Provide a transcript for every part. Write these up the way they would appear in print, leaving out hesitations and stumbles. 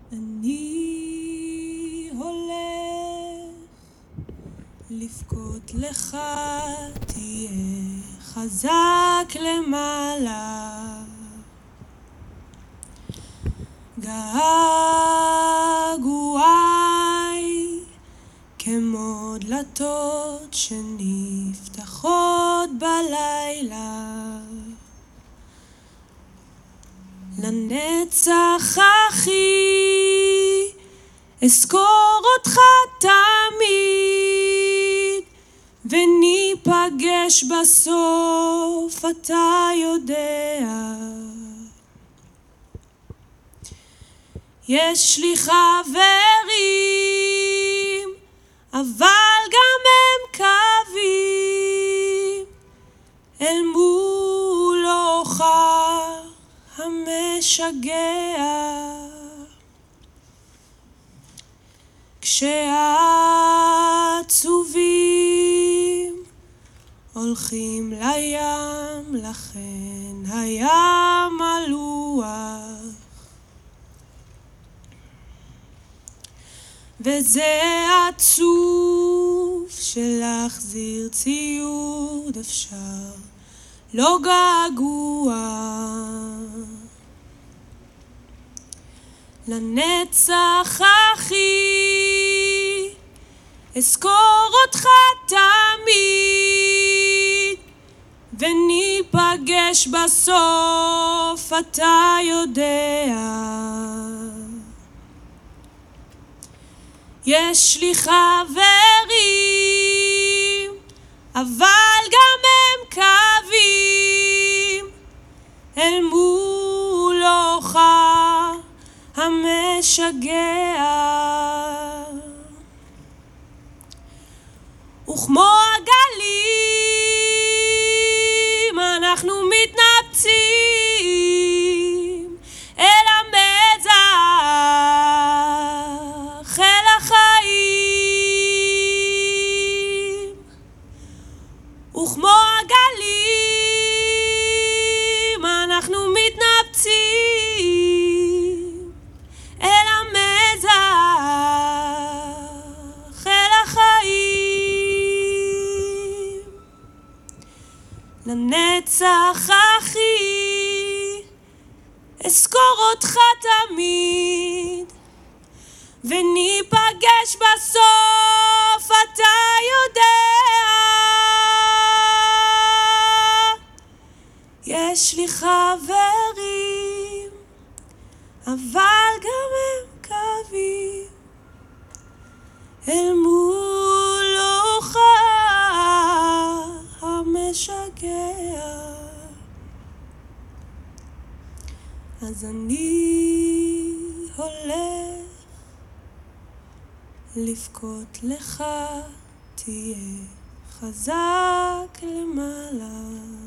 אני הולך לבכות לך, תהיה חזק למעלה. געגועי כמו דלתות שנפתחות בלילה, לנצח אחי אזכור אותך תמיד, וניפגש בסוף, אתה יודע. יש לי חברים, אבל גם הם קווים אל מול אורך המשגע. כשעצובים הולכים לים, לכן הים מלוח, וזה עצוב שלהחזיר ציוד אפשר, לא געגוע. לנצח אחי אזכור אותך תמיד, וניפגש בסוף, אתה יודע. יש לי חברים, אבל גם הם קווים אל מול אורך המשגע. וכמו הגלים אנחנו מתנפצים אל המזח, אל החיים. וכמו הגלים אנחנו מתנפצים אל המזח, אל החיים. לנצח אחי אזכור אותך תמיד, וניפגש בסוף, אתה יודע. יש לי חברים, אבל גם הם קווים אל מול אורך המשגע. אז אני הולך לבכות לך, תהיה חזק למעלה.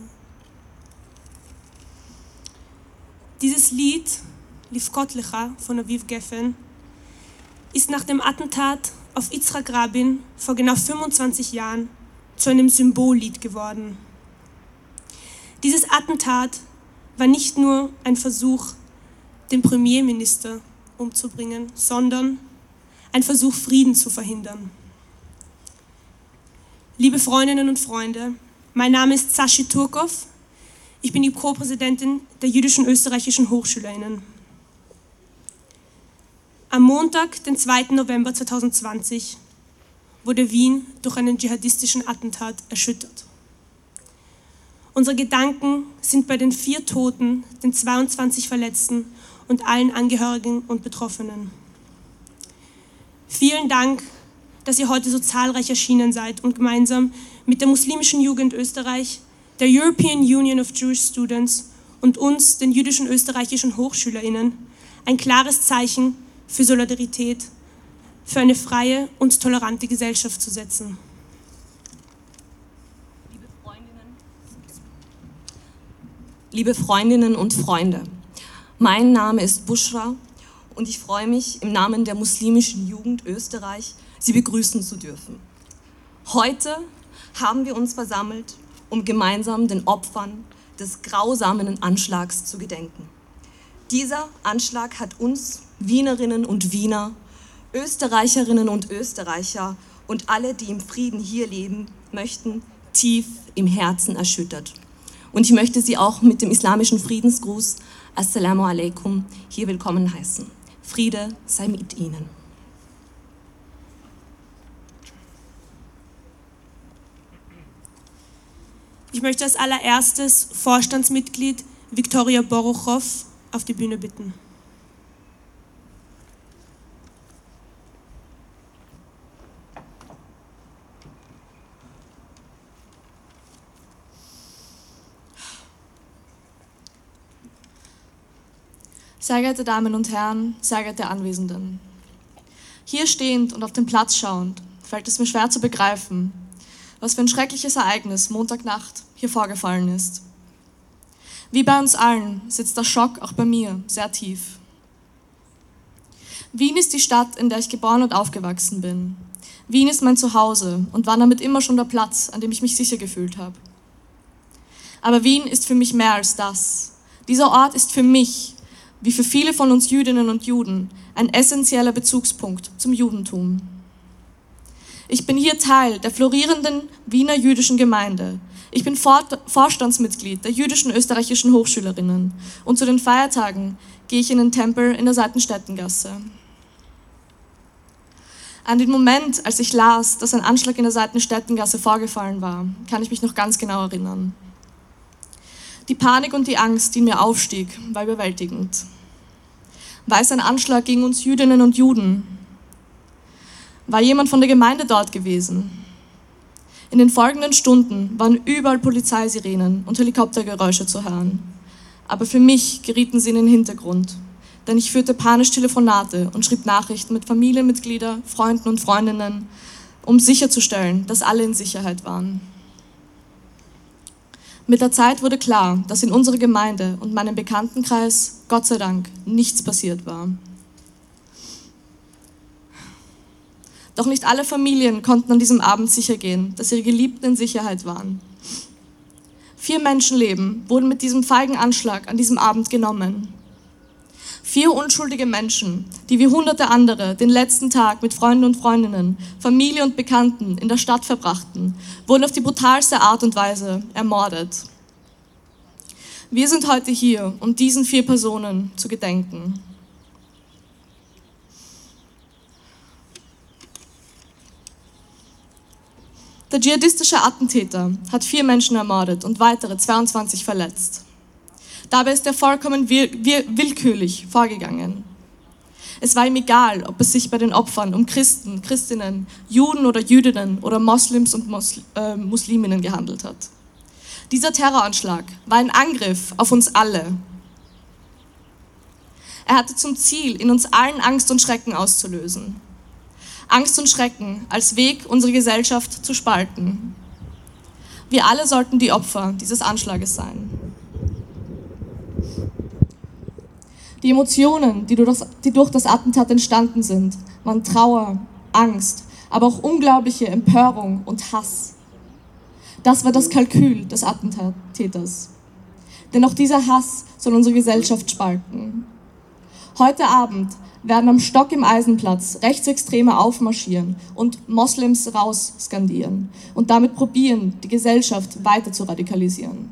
Dieses Lied, Livkot Lecha, von Aviv Geffen, ist nach dem Attentat auf Yitzhak Rabin vor genau 25 Jahren zu einem Symbollied geworden. Dieses Attentat war nicht nur ein Versuch, den Premierminister umzubringen, sondern ein Versuch, Frieden zu verhindern. Liebe Freundinnen und Freunde, mein Name ist Sashi Turkov. Ich bin die Co-Präsidentin der Jüdischen Österreichischen HochschülerInnen. Am Montag, den 2. November 2020, wurde Wien durch einen dschihadistischen Attentat erschüttert. Unsere Gedanken sind bei den 4 Toten, den 22 Verletzten und allen Angehörigen und Betroffenen. Vielen Dank, dass ihr heute so zahlreich erschienen seid und gemeinsam mit der muslimischen Jugend Österreich, der European Union of Jewish Students und uns, den jüdischen österreichischen HochschülerInnen, ein klares Zeichen für Solidarität, für eine freie und tolerante Gesellschaft zu setzen. Liebe Freundinnen und Freunde, mein Name ist Bushra und ich freue mich, im Namen der muslimischen Jugend Österreich Sie begrüßen zu dürfen. Heute haben wir uns versammelt, um gemeinsam den Opfern des grausamen Anschlags zu gedenken. Dieser Anschlag hat uns Wienerinnen und Wiener, Österreicherinnen und Österreicher und alle, die im Frieden hier leben möchten, tief im Herzen erschüttert. Und ich möchte Sie auch mit dem islamischen Friedensgruß Assalamu alaikum hier willkommen heißen. Friede sei mit Ihnen. Ich möchte als allererstes Vorstandsmitglied Viktoria Boruchow auf die Bühne bitten. Sehr geehrte Damen und Herren, sehr geehrte Anwesenden. Hier stehend und auf den Platz schauend, fällt es mir schwer zu begreifen, was für ein schreckliches Ereignis Montagnacht hier vorgefallen ist. Wie bei uns allen sitzt der Schock auch bei mir sehr tief. Wien ist die Stadt, in der ich geboren und aufgewachsen bin. Wien ist mein Zuhause und war damit immer schon der Platz, an dem ich mich sicher gefühlt habe. Aber Wien ist für mich mehr als das. Dieser Ort ist für mich, wie für viele von uns Jüdinnen und Juden, ein essentieller Bezugspunkt zum Judentum. Ich bin hier Teil der florierenden Wiener jüdischen Gemeinde. Ich bin Vorstandsmitglied der jüdischen österreichischen Hochschülerinnen und zu den Feiertagen gehe ich in den Tempel in der Seitenstättengasse. An den Moment, als ich las, dass ein Anschlag in der Seitenstättengasse vorgefallen war, kann ich mich noch ganz genau erinnern. Die Panik und die Angst, die in mir aufstieg, war überwältigend. War es ein Anschlag gegen uns Jüdinnen und Juden? War jemand von der Gemeinde dort gewesen? In den folgenden Stunden waren überall Polizeisirenen und Helikoptergeräusche zu hören. Aber für mich gerieten sie in den Hintergrund, denn ich führte panisch Telefonate und schrieb Nachrichten mit Familienmitgliedern, Freunden und Freundinnen, um sicherzustellen, dass alle in Sicherheit waren. Mit der Zeit wurde klar, dass in unserer Gemeinde und meinem Bekanntenkreis, Gott sei Dank, nichts passiert war. Doch nicht alle Familien konnten an diesem Abend sichergehen, dass ihre Geliebten in Sicherheit waren. 4 Menschenleben wurden mit diesem feigen Anschlag an diesem Abend genommen. 4 unschuldige Menschen, die wie hunderte andere den letzten Tag mit Freunden und Freundinnen, Familie und Bekannten in der Stadt verbrachten, wurden auf die brutalste Art und Weise ermordet. Wir sind heute hier, um diesen 4 Personen zu gedenken. Der dschihadistische Attentäter hat 4 Menschen ermordet und weitere 22 verletzt. Dabei ist er vollkommen willkürlich vorgegangen. Es war ihm egal, ob es sich bei den Opfern um Christen, Christinnen, Juden oder Jüdinnen oder Moslems und Musliminnen gehandelt hat. Dieser Terroranschlag war ein Angriff auf uns alle. Er hatte zum Ziel, in uns allen Angst und Schrecken auszulösen. Angst und Schrecken als Weg, unsere Gesellschaft zu spalten. Wir alle sollten die Opfer dieses Anschlages sein. Die Emotionen, die durch das Attentat entstanden sind, waren Trauer, Angst, aber auch unglaubliche Empörung und Hass. Das war das Kalkül des Attentäters. Denn auch dieser Hass soll unsere Gesellschaft spalten. Heute Abend werden am Stock im Eisenplatz Rechtsextreme aufmarschieren und Moslems raus skandieren und damit probieren, die Gesellschaft weiter zu radikalisieren.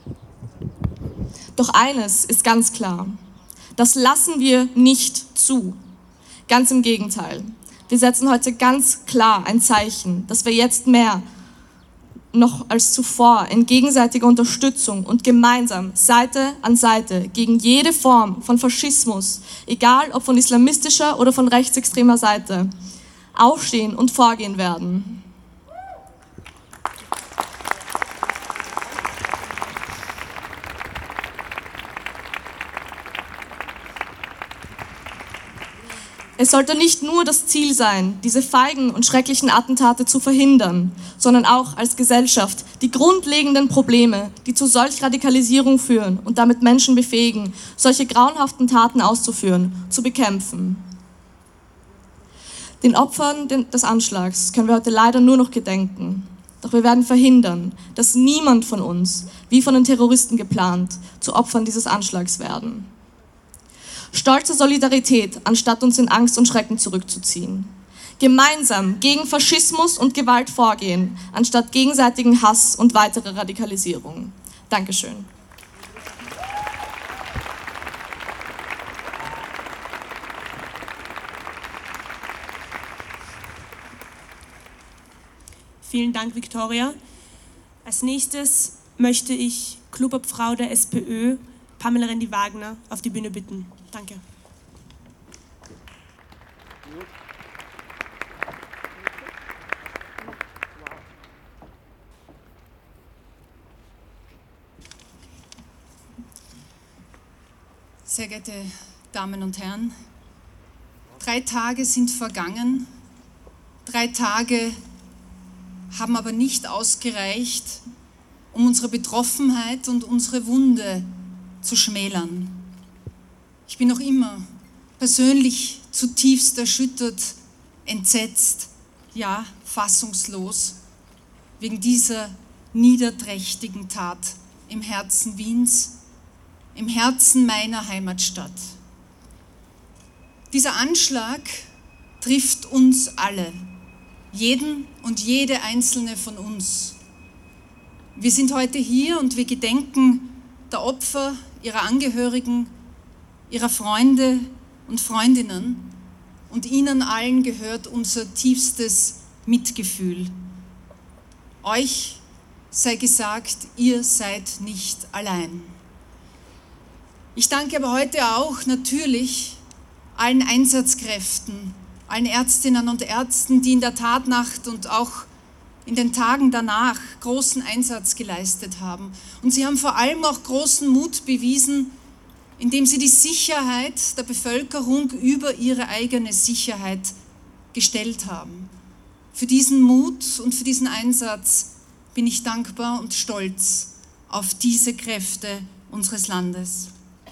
Doch eines ist ganz klar: Das lassen wir nicht zu. Ganz im Gegenteil. Wir setzen heute ganz klar ein Zeichen, dass wir jetzt mehr noch als zuvor in gegenseitiger Unterstützung und gemeinsam Seite an Seite gegen jede Form von Faschismus, egal ob von islamistischer oder von rechtsextremer Seite, aufstehen und vorgehen werden. Es sollte nicht nur das Ziel sein, diese feigen und schrecklichen Attentate zu verhindern, sondern auch als Gesellschaft die grundlegenden Probleme, die zu solch Radikalisierung führen und damit Menschen befähigen, solche grauenhaften Taten auszuführen, zu bekämpfen. Den Opfern des Anschlags können wir heute leider nur noch gedenken. Doch wir werden verhindern, dass niemand von uns, wie von den Terroristen geplant, zu Opfern dieses Anschlags werden. Stolze Solidarität, anstatt uns in Angst und Schrecken zurückzuziehen. Gemeinsam gegen Faschismus und Gewalt vorgehen, anstatt gegenseitigen Hass und weitere Radikalisierung. Dankeschön. Vielen Dank, Viktoria. Als nächstes möchte ich Klubobfrau der SPÖ, Pamela Rendi-Wagner, auf die Bühne bitten. Danke. Sehr geehrte Damen und Herren, 3 Tage sind vergangen. 3 Tage haben aber nicht ausgereicht, um unsere Betroffenheit und unsere Wunde zu schmälern. Ich bin noch immer persönlich zutiefst erschüttert, entsetzt, ja fassungslos wegen dieser niederträchtigen Tat im Herzen Wiens, im Herzen meiner Heimatstadt. Dieser Anschlag trifft uns alle. Jeden und jede einzelne von uns. Wir sind heute hier und wir gedenken der Opfer, ihrer Angehörigen, ihrer Freunde und Freundinnen und ihnen allen gehört unser tiefstes Mitgefühl. Euch sei gesagt, ihr seid nicht allein. Ich danke aber heute auch natürlich allen Einsatzkräften, allen Ärztinnen und Ärzten, die in der Tatnacht und auch in den Tagen danach großen Einsatz geleistet haben. Und sie haben vor allem auch großen Mut bewiesen, indem sie die Sicherheit der Bevölkerung über ihre eigene Sicherheit gestellt haben. Für diesen Mut und für diesen Einsatz bin ich dankbar und stolz auf diese Kräfte unseres Landes.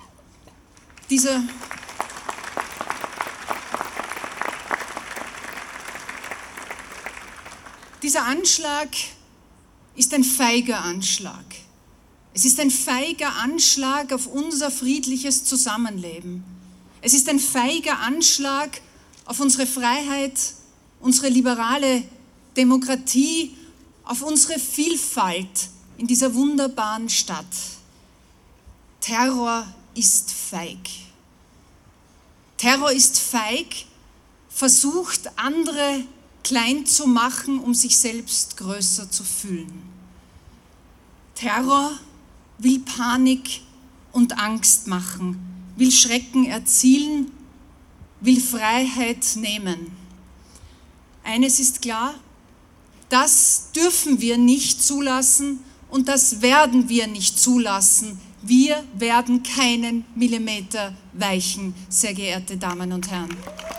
Dieser Anschlag ist ein feiger Anschlag. Es ist ein feiger Anschlag auf unser friedliches Zusammenleben. Es ist ein feiger Anschlag auf unsere Freiheit, unsere liberale Demokratie, auf unsere Vielfalt in dieser wunderbaren Stadt. Terror ist feig. Terror ist feig, versucht andere klein zu machen, um sich selbst größer zu fühlen. Terror will Panik und Angst machen, will Schrecken erzielen, will Freiheit nehmen. Eines ist klar, das dürfen wir nicht zulassen und das werden wir nicht zulassen. Wir werden keinen Millimeter weichen, sehr geehrte Damen und Herren.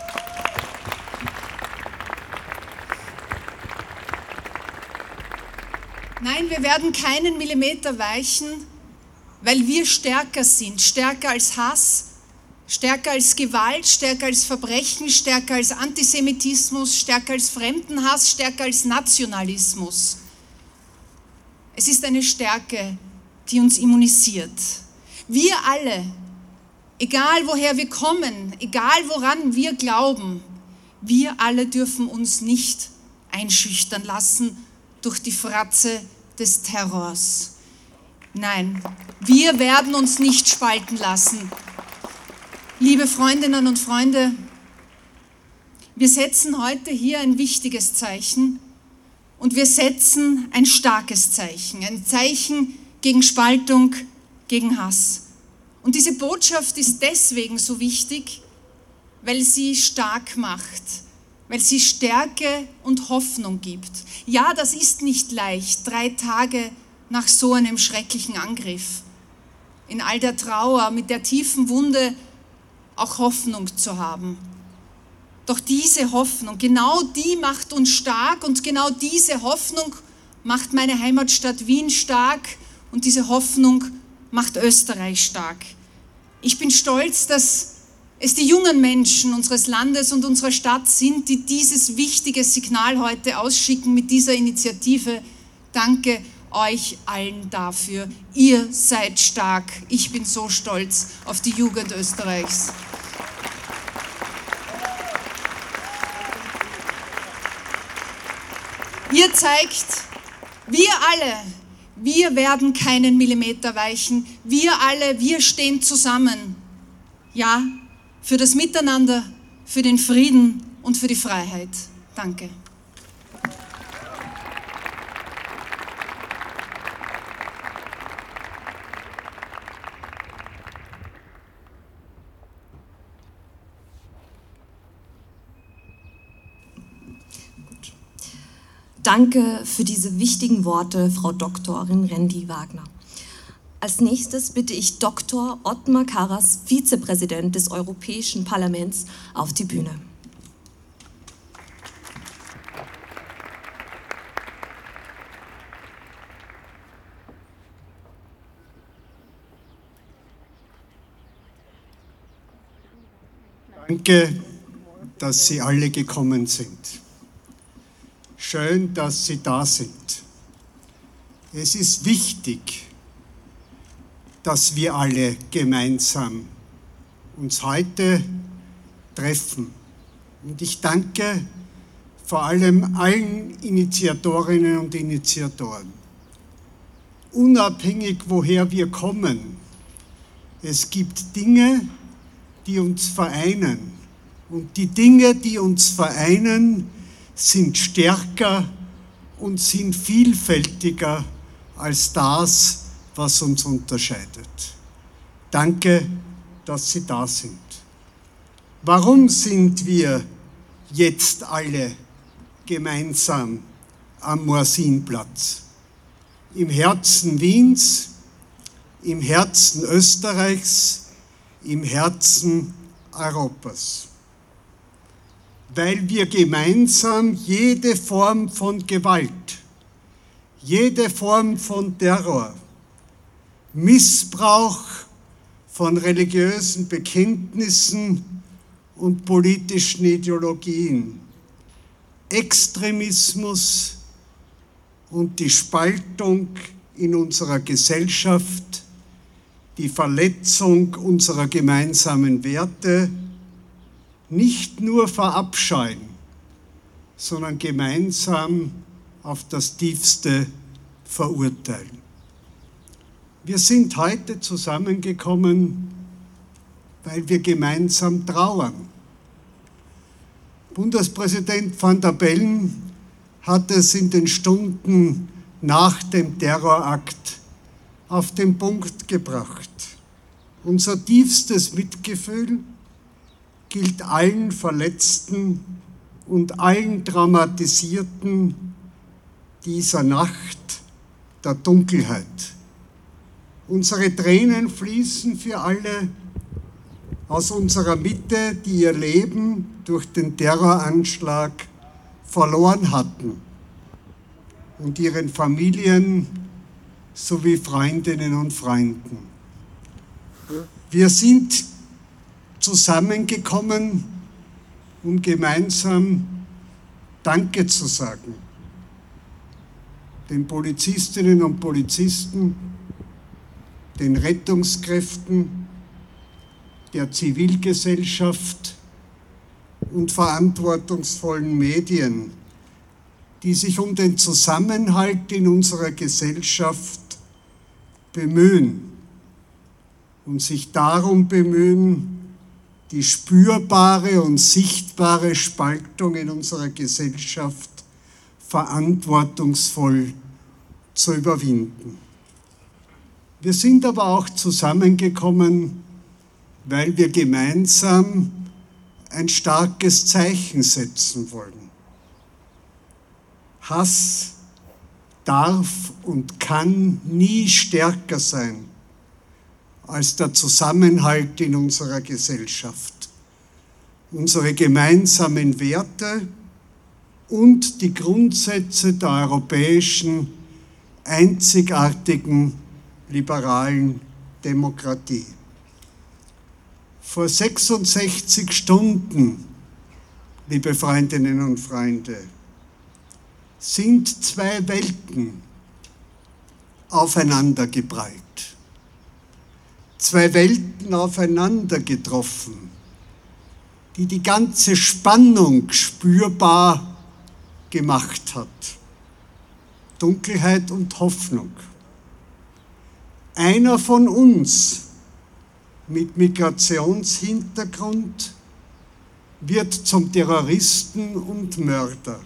Nein, wir werden keinen Millimeter weichen, weil wir stärker sind, stärker als Hass, stärker als Gewalt, stärker als Verbrechen, stärker als Antisemitismus, stärker als Fremdenhass, stärker als Nationalismus. Es ist eine Stärke, die uns immunisiert. Wir alle, egal woher wir kommen, egal woran wir glauben, wir alle dürfen uns nicht einschüchtern lassen durch die Fratze des Terrors. Nein, wir werden uns nicht spalten lassen. Liebe Freundinnen und Freunde, wir setzen heute hier ein wichtiges Zeichen und wir setzen ein starkes Zeichen, ein Zeichen gegen Spaltung, gegen Hass. Und diese Botschaft ist deswegen so wichtig, weil sie stark macht, weil sie Stärke und Hoffnung gibt. Ja, das ist nicht leicht, 3 Tage nach so einem schrecklichen Angriff, in all der Trauer, mit der tiefen Wunde auch Hoffnung zu haben. Doch diese Hoffnung, genau die macht uns stark und genau diese Hoffnung macht meine Heimatstadt Wien stark und diese Hoffnung macht Österreich stark. Ich bin stolz, dass es die jungen Menschen unseres Landes und unserer Stadt sind, die dieses wichtige Signal heute ausschicken mit dieser Initiative. Danke euch allen dafür. Ihr seid stark. Ich bin so stolz auf die Jugend Österreichs. Ihr zeigt, wir alle, wir werden keinen Millimeter weichen. Wir alle, wir stehen zusammen. Ja, für das Miteinander, für den Frieden und für die Freiheit. Danke. Danke für diese wichtigen Worte, Frau Doktorin Rendi Wagner. Als nächstes bitte ich Dr. Ottmar Karas, Vizepräsident des Europäischen Parlaments, auf die Bühne. Danke, dass Sie alle gekommen sind. Schön, dass Sie da sind. Es ist wichtig, dass wir alle gemeinsam uns heute treffen. Und ich danke vor allem allen Initiatorinnen und Initiatoren. Unabhängig, woher wir kommen, es gibt Dinge, die uns vereinen. Und die Dinge, die uns vereinen, sind stärker und sind vielfältiger als das, was uns unterscheidet. Danke, dass Sie da sind. Warum sind wir jetzt alle gemeinsam am Morsinplatz? Im Herzen Wiens, im Herzen Österreichs, im Herzen Europas. Weil wir gemeinsam jede Form von Gewalt, jede Form von Terror, Missbrauch von religiösen Bekenntnissen und politischen Ideologien, Extremismus und die Spaltung in unserer Gesellschaft, die Verletzung unserer gemeinsamen Werte nicht nur verabscheuen, sondern gemeinsam auf das Tiefste verurteilen. Wir sind heute zusammengekommen, weil wir gemeinsam trauern. Bundespräsident Van der Bellen hat es in den Stunden nach dem Terrorakt auf den Punkt gebracht. Unser tiefstes Mitgefühl gilt allen Verletzten und allen Traumatisierten dieser Nacht der Dunkelheit. Unsere Tränen fließen für alle aus unserer Mitte, die ihr Leben durch den Terroranschlag verloren hatten, und ihren Familien sowie Freundinnen und Freunden. Wir sind zusammengekommen, um gemeinsam Danke zu sagen. Den Polizistinnen und Polizisten, den Rettungskräften, der Zivilgesellschaft und verantwortungsvollen Medien, die sich um den Zusammenhalt in unserer Gesellschaft bemühen und sich darum bemühen, die spürbare und sichtbare Spaltung in unserer Gesellschaft verantwortungsvoll zu überwinden. Wir sind aber auch zusammengekommen, weil wir gemeinsam ein starkes Zeichen setzen wollen. Hass darf und kann nie stärker sein als der Zusammenhalt in unserer Gesellschaft, unsere gemeinsamen Werte und die Grundsätze der europäischen, einzigartigen, liberalen Demokratie. Vor 66 Stunden, liebe Freundinnen und Freunde, sind zwei Welten aufeinandergeprallt. Zwei Welten aufeinander getroffen, die die ganze Spannung spürbar gemacht hat. Dunkelheit und Hoffnung. Einer von uns mit Migrationshintergrund wird zum Terroristen und Mörder.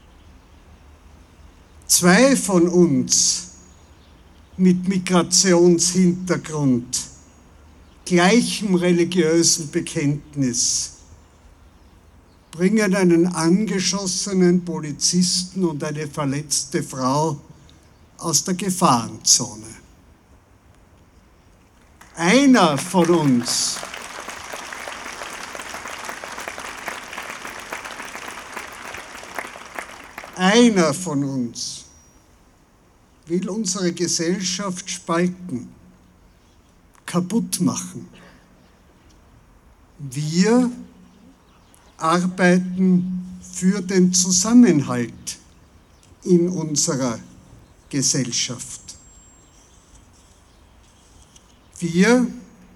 2 von uns mit Migrationshintergrund, gleichem religiösen Bekenntnis, bringen einen angeschossenen Polizisten und eine verletzte Frau aus der Gefahrenzone. Einer von uns will unsere Gesellschaft spalten, kaputt machen. Wir arbeiten für den Zusammenhalt in unserer Gesellschaft. Wir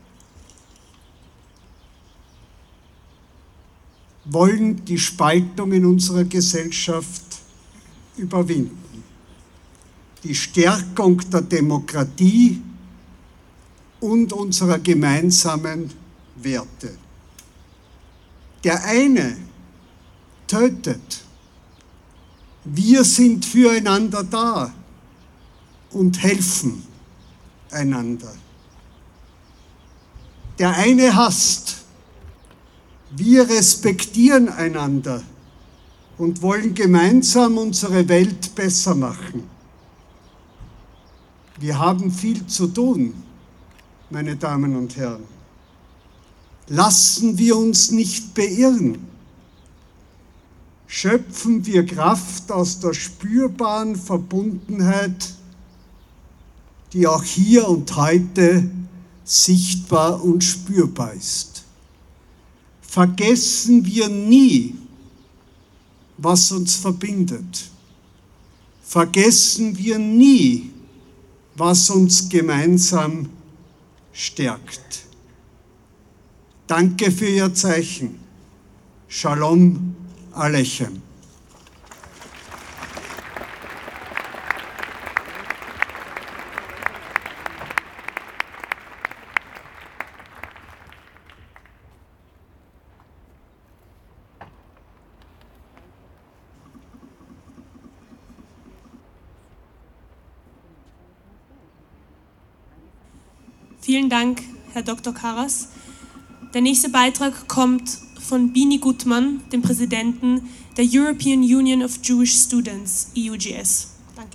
wollen die Spaltung in unserer Gesellschaft überwinden. Die Stärkung der Demokratie und unserer gemeinsamen Werte. Der eine tötet. Wir sind füreinander da und helfen einander. Der eine hasst. Wir respektieren einander und wollen gemeinsam unsere Welt besser machen. Wir haben viel zu tun, meine Damen und Herren. Lassen wir uns nicht beirren. Schöpfen wir Kraft aus der spürbaren Verbundenheit, die auch hier und heute sichtbar und spürbar ist. Vergessen wir nie, was uns verbindet. Vergessen wir nie, was uns gemeinsam stärkt. Danke für Ihr Zeichen. Shalom Aleichem. Vielen Dank, Herr Dr. Karas. Der nächste Beitrag kommt von Bini Gutmann, dem Präsidenten der European Union of Jewish Students, EUJS. Danke.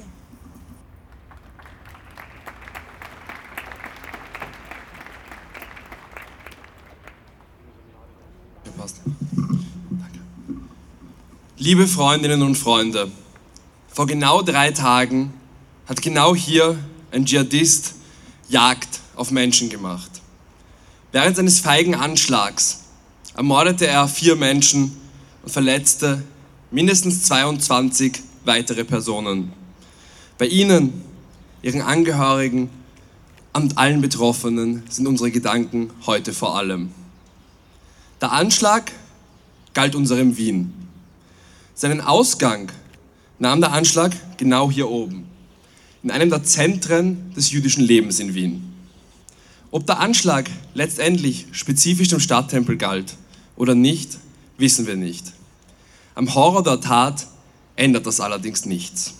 Liebe Freundinnen und Freunde, vor genau 3 Tagen hat genau hier ein Dschihadist Jagd auf Menschen gemacht. Während eines feigen Anschlags ermordete er 4 Menschen und verletzte mindestens 22 weitere Personen. Bei Ihnen, Ihren Angehörigen und allen Betroffenen sind unsere Gedanken heute vor allem. Der Anschlag galt unserem Wien. Seinen Ausgang nahm der Anschlag genau hier oben, in einem der Zentren des jüdischen Lebens in Wien. Ob der Anschlag letztendlich spezifisch dem Stadttempel galt oder nicht, wissen wir nicht. Am Horror der Tat ändert das allerdings nichts.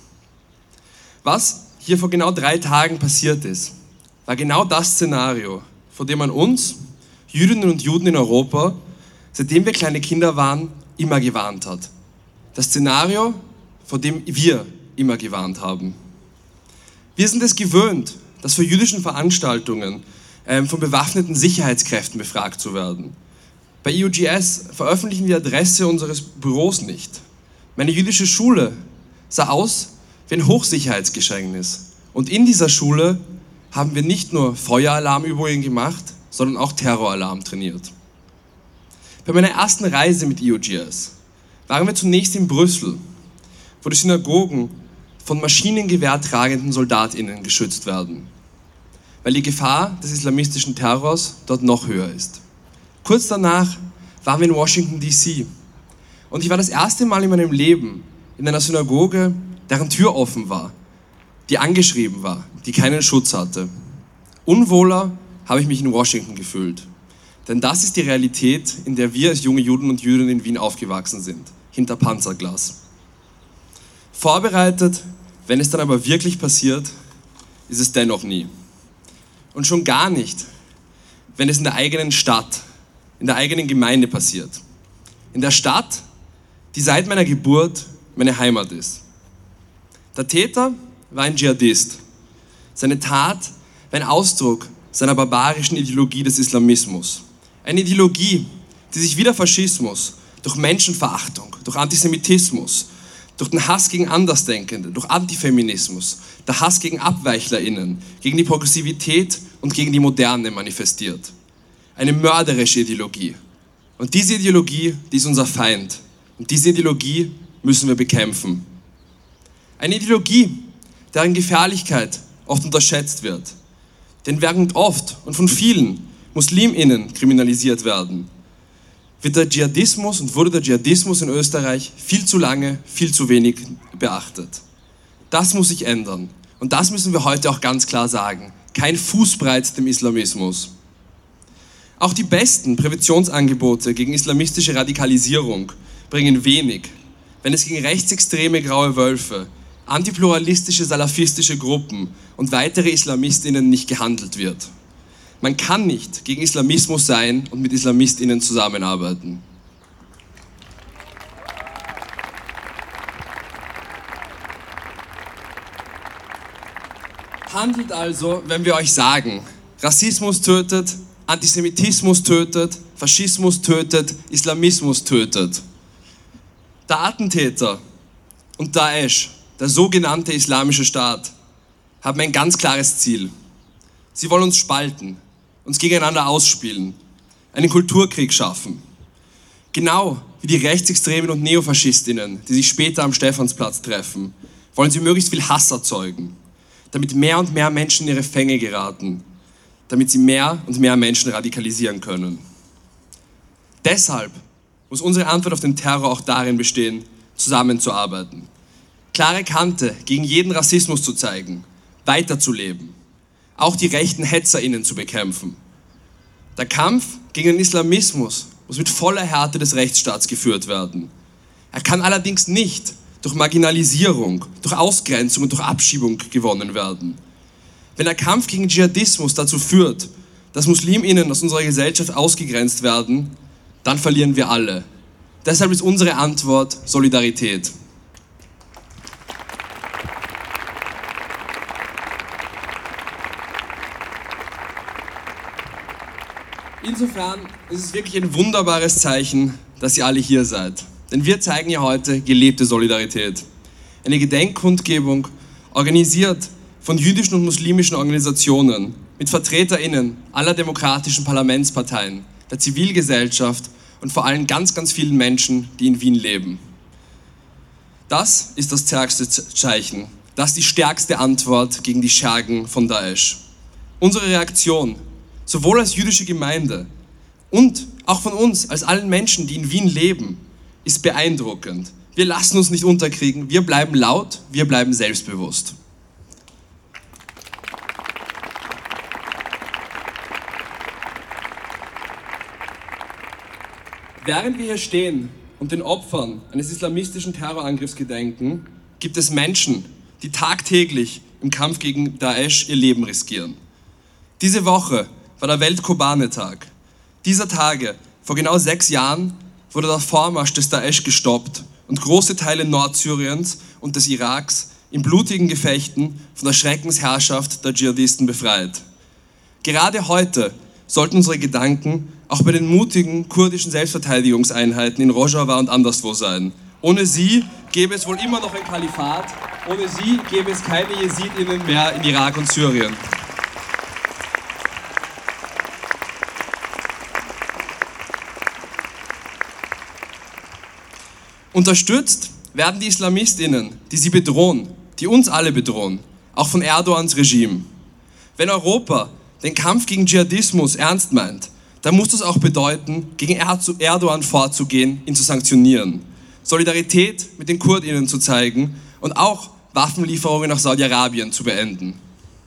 Was hier vor genau 3 Tagen passiert ist, war genau das Szenario, vor dem man uns, Jüdinnen und Juden in Europa, seitdem wir kleine Kinder waren, immer gewarnt hat. Das Szenario, vor dem wir immer gewarnt haben. Wir sind es gewöhnt, dass für jüdischen Veranstaltungen von bewaffneten Sicherheitskräften befragt zu werden. Bei EUJS veröffentlichen wir die Adresse unseres Büros nicht. Meine jüdische Schule sah aus wie ein Hochsicherheitsgefängnis. Und in dieser Schule haben wir nicht nur Feueralarmübungen gemacht, sondern auch Terroralarm trainiert. Bei meiner ersten Reise mit EUJS waren wir zunächst in Brüssel, wo die Synagogen von maschinengewehrtragenden SoldatInnen geschützt werden, weil die Gefahr des islamistischen Terrors dort noch höher ist. Kurz danach waren wir in Washington, D.C. und ich war das erste Mal in meinem Leben in einer Synagoge, deren Tür offen war, die angeschrieben war, die keinen Schutz hatte. Unwohler habe ich mich in Washington gefühlt. Denn das ist die Realität, in der wir als junge Juden und Jüdinnen in Wien aufgewachsen sind, hinter Panzerglas. Vorbereitet, wenn es dann aber wirklich passiert, ist es dennoch nie. Und schon gar nicht, wenn es in der eigenen Stadt, in der eigenen Gemeinde passiert. In der Stadt, die seit meiner Geburt meine Heimat ist. Der Täter war ein Dschihadist. Seine Tat war ein Ausdruck seiner barbarischen Ideologie des Islamismus. Eine Ideologie, die sich wie der Faschismus durch Menschenverachtung, durch Antisemitismus, durch den Hass gegen Andersdenkende, durch Antifeminismus, der Hass gegen AbweichlerInnen, gegen die Progressivität und gegen die Moderne manifestiert. Eine mörderische Ideologie. Und diese Ideologie, die ist unser Feind. Und diese Ideologie müssen wir bekämpfen. Eine Ideologie, deren Gefährlichkeit oft unterschätzt wird. Denn während oft und von vielen MuslimInnen kriminalisiert werden, wird der Dschihadismus und wurde der Dschihadismus in Österreich viel zu lange, viel zu wenig beachtet. Das muss sich ändern. Und das müssen wir heute auch ganz klar sagen. Kein Fußbreit dem Islamismus. Auch die besten Präventionsangebote gegen islamistische Radikalisierung bringen wenig, wenn es gegen rechtsextreme graue Wölfe, antipluralistische salafistische Gruppen und weitere IslamistInnen nicht gehandelt wird. Man kann nicht gegen Islamismus sein und mit IslamistInnen zusammenarbeiten. Handelt also, wenn wir euch sagen, Rassismus tötet, Antisemitismus tötet, Faschismus tötet, Islamismus tötet. Der Attentäter und Daesh, der sogenannte Islamische Staat, haben ein ganz klares Ziel. Sie wollen uns spalten, uns gegeneinander ausspielen, einen Kulturkrieg schaffen. Genau wie die Rechtsextremen und Neofaschistinnen, die sich später am Stephansplatz treffen, wollen sie möglichst viel Hass erzeugen, damit mehr und mehr Menschen in ihre Fänge geraten, damit sie mehr und mehr Menschen radikalisieren können. Deshalb muss unsere Antwort auf den Terror auch darin bestehen, zusammenzuarbeiten, klare Kante gegen jeden Rassismus zu zeigen, weiterzuleben, auch die rechten HetzerInnen zu bekämpfen. Der Kampf gegen den Islamismus muss mit voller Härte des Rechtsstaats geführt werden. Er kann allerdings nicht durch Marginalisierung, durch Ausgrenzung und durch Abschiebung gewonnen werden. Wenn der Kampf gegen Dschihadismus dazu führt, dass MuslimInnen aus unserer Gesellschaft ausgegrenzt werden, dann verlieren wir alle. Deshalb ist unsere Antwort Solidarität. Insofern ist es wirklich ein wunderbares Zeichen, dass ihr alle hier seid. Denn wir zeigen ja heute gelebte Solidarität. Eine Gedenkkundgebung, organisiert von jüdischen und muslimischen Organisationen, mit VertreterInnen aller demokratischen Parlamentsparteien, der Zivilgesellschaft und vor allem ganz, ganz vielen Menschen, die in Wien leben. Das ist das stärkste Zeichen, das ist die stärkste Antwort gegen die Schergen von Daesh. Unsere Reaktion, sowohl als jüdische Gemeinde und auch von uns, als allen Menschen, die in Wien leben, ist beeindruckend. Wir lassen uns nicht unterkriegen, wir bleiben laut, wir bleiben selbstbewusst. Während wir hier stehen und den Opfern eines islamistischen Terrorangriffs gedenken, gibt es Menschen, die tagtäglich im Kampf gegen Daesh ihr Leben riskieren. Diese Woche war der Welt-Kobane-Tag. Dieser Tage, vor genau 6 Jahren, wurde der Vormarsch des Daesh gestoppt und große Teile Nordsyriens und des Iraks in blutigen Gefechten von der Schreckensherrschaft der Dschihadisten befreit. Gerade heute sollten unsere Gedanken auch bei den mutigen kurdischen Selbstverteidigungseinheiten in Rojava und anderswo sein. Ohne sie gäbe es wohl immer noch ein Kalifat, ohne sie gäbe es keine JesidInnen mehr in Irak und Syrien. Unterstützt werden die IslamistInnen, die sie bedrohen, die uns alle bedrohen, auch von Erdogans Regime. Wenn Europa den Kampf gegen Dschihadismus ernst meint, dann muss das auch bedeuten, gegen Erdogan vorzugehen, ihn zu sanktionieren, Solidarität mit den KurdInnen zu zeigen und auch Waffenlieferungen nach Saudi-Arabien zu beenden.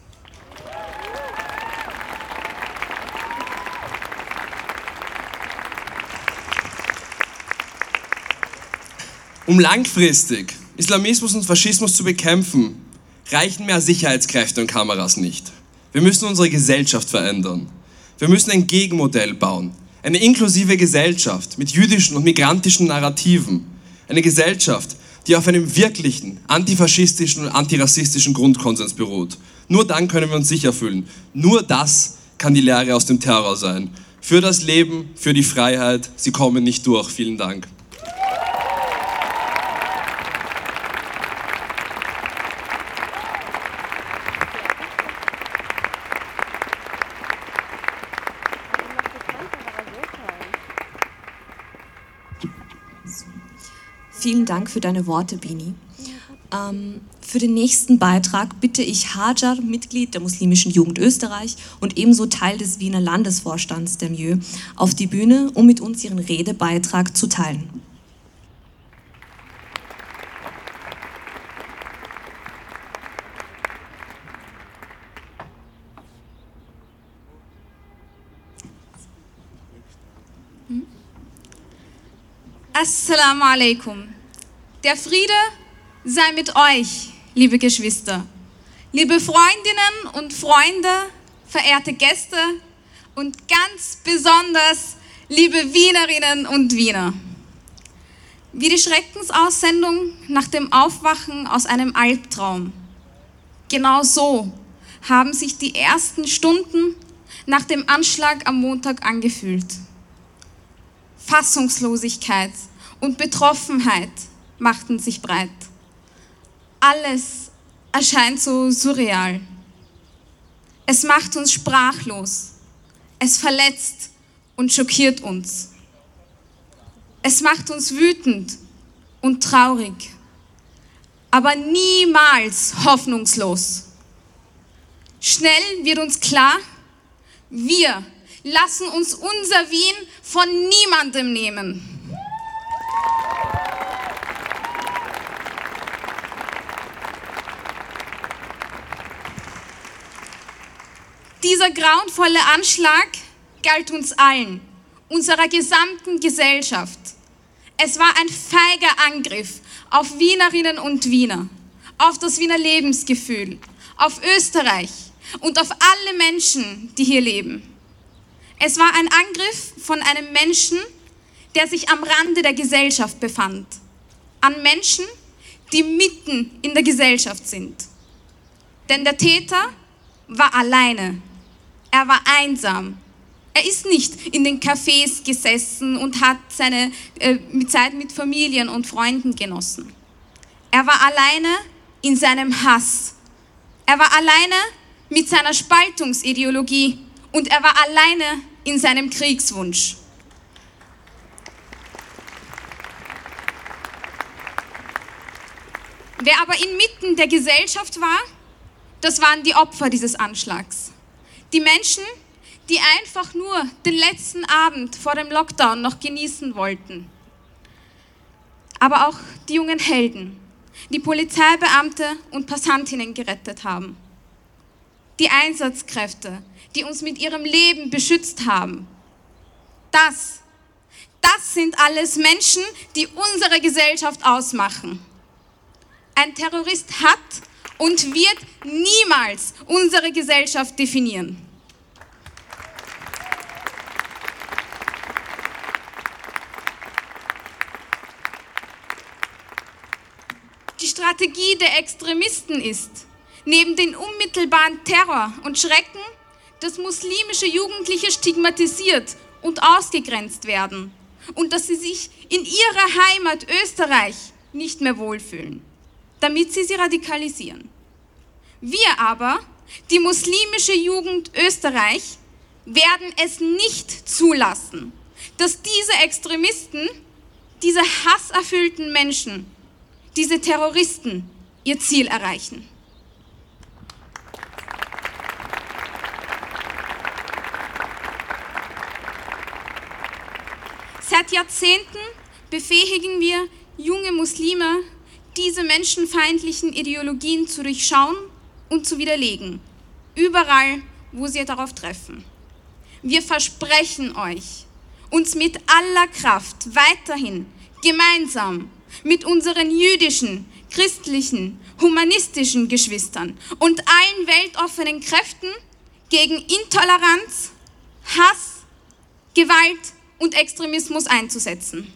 Um langfristig Islamismus und Faschismus zu bekämpfen, reichen mehr Sicherheitskräfte und Kameras nicht. Wir müssen unsere Gesellschaft verändern. Wir müssen ein Gegenmodell bauen. Eine inklusive Gesellschaft mit jüdischen und migrantischen Narrativen. Eine Gesellschaft, die auf einem wirklichen antifaschistischen und antirassistischen Grundkonsens beruht. Nur dann können wir uns sicher fühlen. Nur das kann die Lehre aus dem Terror sein. Für das Leben, für die Freiheit. Sie kommen nicht durch. Vielen Dank. Vielen Dank für deine Worte, Bini. Für den nächsten Beitrag bitte ich Hajar, Mitglied der Muslimischen Jugend Österreich und ebenso Teil des Wiener Landesvorstands der MJÖ, auf die Bühne, um mit uns ihren Redebeitrag zu teilen. Assalamu alaikum. Der Friede sei mit euch, liebe Geschwister, liebe Freundinnen und Freunde, verehrte Gäste und ganz besonders liebe Wienerinnen und Wiener. Wie die Schreckensaussendung nach dem Aufwachen aus einem Albtraum. Genau so haben sich die ersten Stunden nach dem Anschlag am Montag angefühlt. Fassungslosigkeit und Betroffenheit machten sich breit. Alles erscheint so surreal. Es macht uns sprachlos. Es verletzt und schockiert uns. Es macht uns wütend und traurig, aber niemals hoffnungslos. Schnell wird uns klar, wir lassen uns unser Wien von niemandem nehmen. Dieser grauenvolle Anschlag galt uns allen, unserer gesamten Gesellschaft. Es war ein feiger Angriff auf Wienerinnen und Wiener, auf das Wiener Lebensgefühl, auf Österreich und auf alle Menschen, die hier leben. Es war ein Angriff von einem Menschen, der sich am Rande der Gesellschaft befand. An Menschen, die mitten in der Gesellschaft sind. Denn der Täter war alleine. Er war einsam. Er ist nicht in den Cafés gesessen und hat seine Zeit mit Familien und Freunden genossen. Er war alleine in seinem Hass. Er war alleine mit seiner Spaltungsideologie und er war alleine in seinem Kriegswunsch. Wer aber inmitten der Gesellschaft war, das waren die Opfer dieses Anschlags. Die Menschen, die einfach nur den letzten Abend vor dem Lockdown noch genießen wollten. Aber auch die jungen Helden, die Polizeibeamte und Passantinnen gerettet haben. Die Einsatzkräfte, die uns mit ihrem Leben beschützt haben. Das sind alles Menschen, die unsere Gesellschaft ausmachen. Ein Terrorist hat und wird niemals unsere Gesellschaft definieren. Die Strategie der Extremisten ist, neben den unmittelbaren Terror und Schrecken, dass muslimische Jugendliche stigmatisiert und ausgegrenzt werden und dass sie sich in ihrer Heimat Österreich nicht mehr wohlfühlen, damit sie radikalisieren. Wir aber, die muslimische Jugend Österreich, werden es nicht zulassen, dass diese Extremisten, diese hasserfüllten Menschen, diese Terroristen ihr Ziel erreichen. Seit Jahrzehnten befähigen wir junge Muslime, diese menschenfeindlichen Ideologien zu durchschauen und zu widerlegen, überall, wo sie darauf treffen. Wir versprechen euch, uns mit aller Kraft weiterhin gemeinsam mit unseren jüdischen, christlichen, humanistischen Geschwistern und allen weltoffenen Kräften gegen Intoleranz, Hass, Gewalt und Extremismus einzusetzen.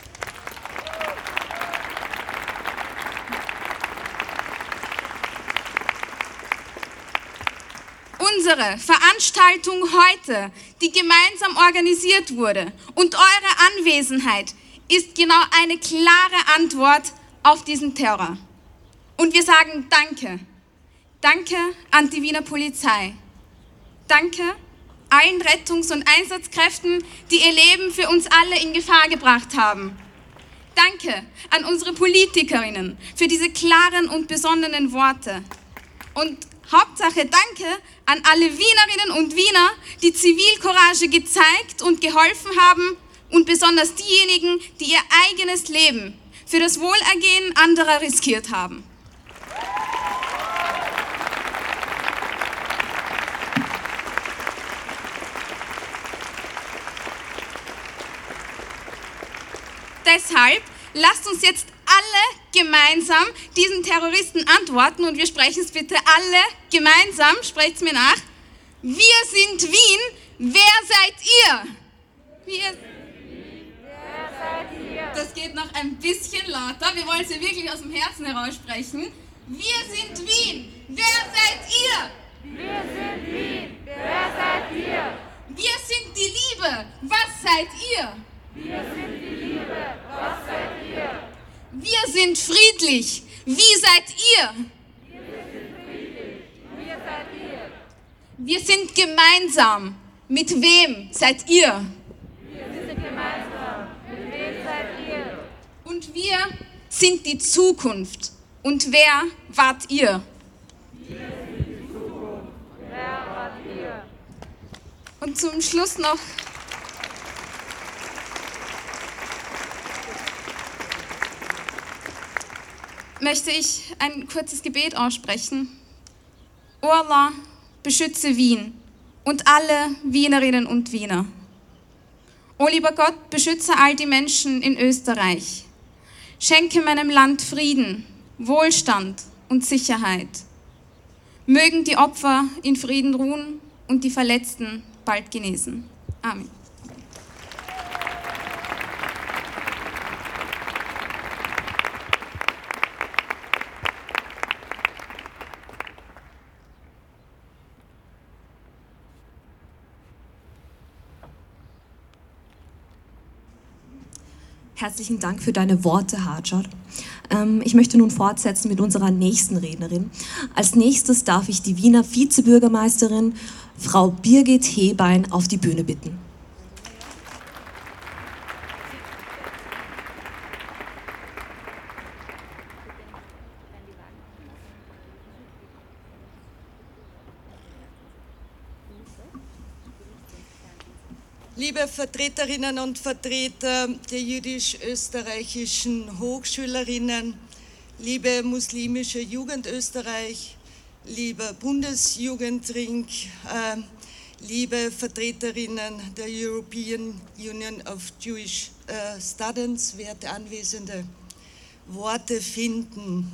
Unsere Veranstaltung heute, die gemeinsam organisiert wurde, und eure Anwesenheit ist genau eine klare Antwort auf diesen Terror. Und wir sagen Danke. Danke an die Wiener Polizei. Danke allen Rettungs- und Einsatzkräften, die ihr Leben für uns alle in Gefahr gebracht haben. Danke an unsere Politikerinnen für diese klaren und besonnenen Worte. Und Hauptsache Danke an alle Wienerinnen und Wiener, die Zivilcourage gezeigt und geholfen haben, und besonders diejenigen, die ihr eigenes Leben für das Wohlergehen anderer riskiert haben. Deshalb lasst uns jetzt alle gemeinsam diesen Terroristen antworten, und wir sprechen es bitte alle gemeinsam, sprecht es mir nach. Wir sind Wien, wer seid ihr? Wer seid ihr? Das geht noch ein bisschen lauter, wir wollen es ja wirklich aus dem Herzen heraus sprechen. Wir sind Wien, wer seid ihr? Wir sind Wien, wer seid ihr? Wir sind die Liebe, was seid ihr? Wir sind die Liebe, was seid ihr? Wir sind friedlich, wie seid ihr? Wir sind friedlich, wie seid ihr? Wir sind gemeinsam, mit wem seid ihr? Wir sind gemeinsam, mit wem seid ihr? Und wir sind die Zukunft, und wer wart ihr? Wir sind die Zukunft, wer wart ihr? Und zum Schluss noch möchte ich ein kurzes Gebet aussprechen. O Allah, beschütze Wien und alle Wienerinnen und Wiener. O lieber Gott, beschütze all die Menschen in Österreich. Schenke meinem Land Frieden, Wohlstand und Sicherheit. Mögen die Opfer in Frieden ruhen und die Verletzten bald genesen. Amen. Herzlichen Dank für deine Worte, Hajar. Ich möchte nun fortsetzen mit unserer nächsten Rednerin. Als nächstes darf ich die Wiener Vizebürgermeisterin, Frau Birgit Hebein, auf die Bühne bitten. Liebe Vertreterinnen und Vertreter der jüdisch-österreichischen Hochschülerinnen, liebe muslimische Jugend Österreich, lieber Bundesjugendring, liebe Vertreterinnen der European Union of Jewish Studies, werte Anwesende, Worte finden.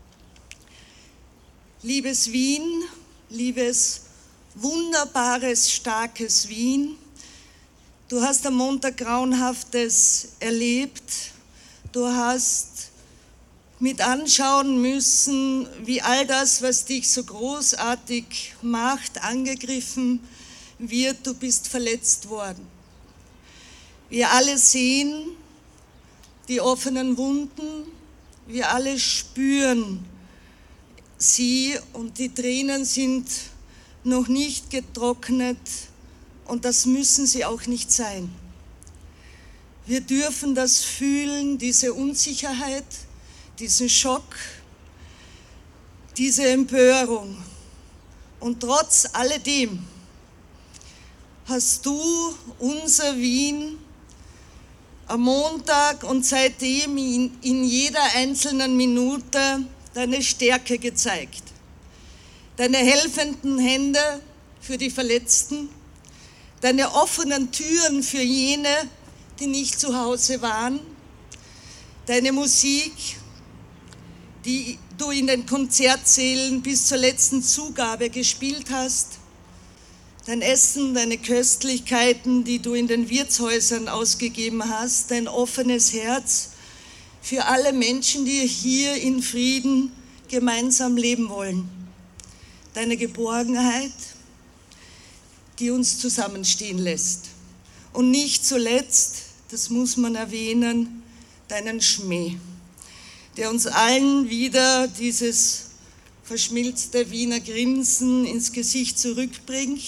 Liebes Wien, liebes, wunderbares, starkes Wien, du hast am Montag Grauenhaftes erlebt. Du hast mit anschauen müssen, wie all das, was dich so großartig macht, angegriffen wird. Du bist verletzt worden. Wir alle sehen die offenen Wunden. Wir alle spüren sie, und die Tränen sind noch nicht getrocknet. Und das müssen sie auch nicht sein. Wir dürfen das fühlen, diese Unsicherheit, diesen Schock, diese Empörung. Und trotz alledem hast du unser Wien am Montag und seitdem in jeder einzelnen Minute deine Stärke gezeigt. Deine helfenden Hände für die Verletzten, deine offenen Türen für jene, die nicht zu Hause waren, deine Musik, die du in den Konzertsälen bis zur letzten Zugabe gespielt hast, dein Essen, deine Köstlichkeiten, die du in den Wirtshäusern ausgegeben hast, dein offenes Herz für alle Menschen, die hier in Frieden gemeinsam leben wollen, deine Geborgenheit, die uns zusammenstehen lässt. Und nicht zuletzt, das muss man erwähnen, deinen Schmäh, der uns allen wieder dieses verschmilzte Wiener Grinsen ins Gesicht zurückbringt.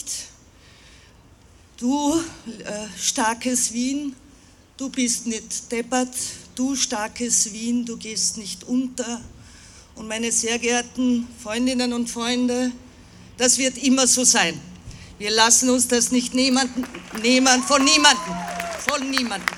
Du, starkes Wien, du bist nicht deppert, du, starkes Wien, du gehst nicht unter. Und meine sehr geehrten Freundinnen und Freunde, das wird immer so sein. Wir lassen uns das nicht nehmen von niemandem.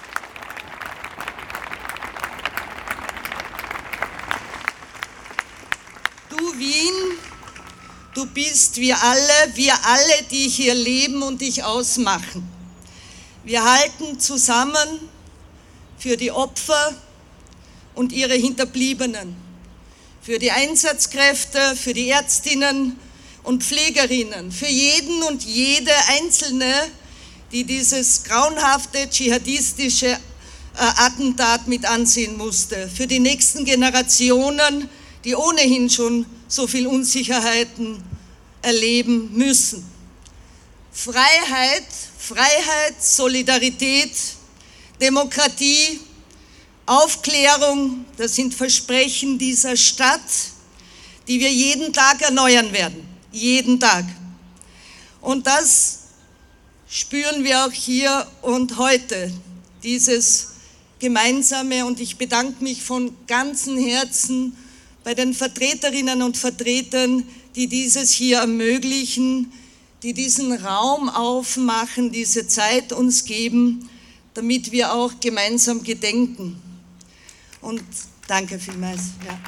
Du Wien, du bist wir alle, die hier leben und dich ausmachen. Wir halten zusammen für die Opfer und ihre Hinterbliebenen, für die Einsatzkräfte, für die Ärztinnen und Pflegerinnen, für jeden und jede Einzelne, die dieses grauenhafte dschihadistische Attentat mit ansehen musste, für die nächsten Generationen, die ohnehin schon so viel Unsicherheiten erleben müssen. Freiheit, Solidarität, Demokratie, Aufklärung, das sind Versprechen dieser Stadt, die wir jeden Tag erneuern werden. Jeden Tag. Und das spüren wir auch hier und heute, dieses Gemeinsame. Und ich bedanke mich von ganzem Herzen bei den Vertreterinnen und Vertretern, die dieses hier ermöglichen, die diesen Raum aufmachen, diese Zeit uns geben, damit wir auch gemeinsam gedenken. Und danke vielmals. Ja.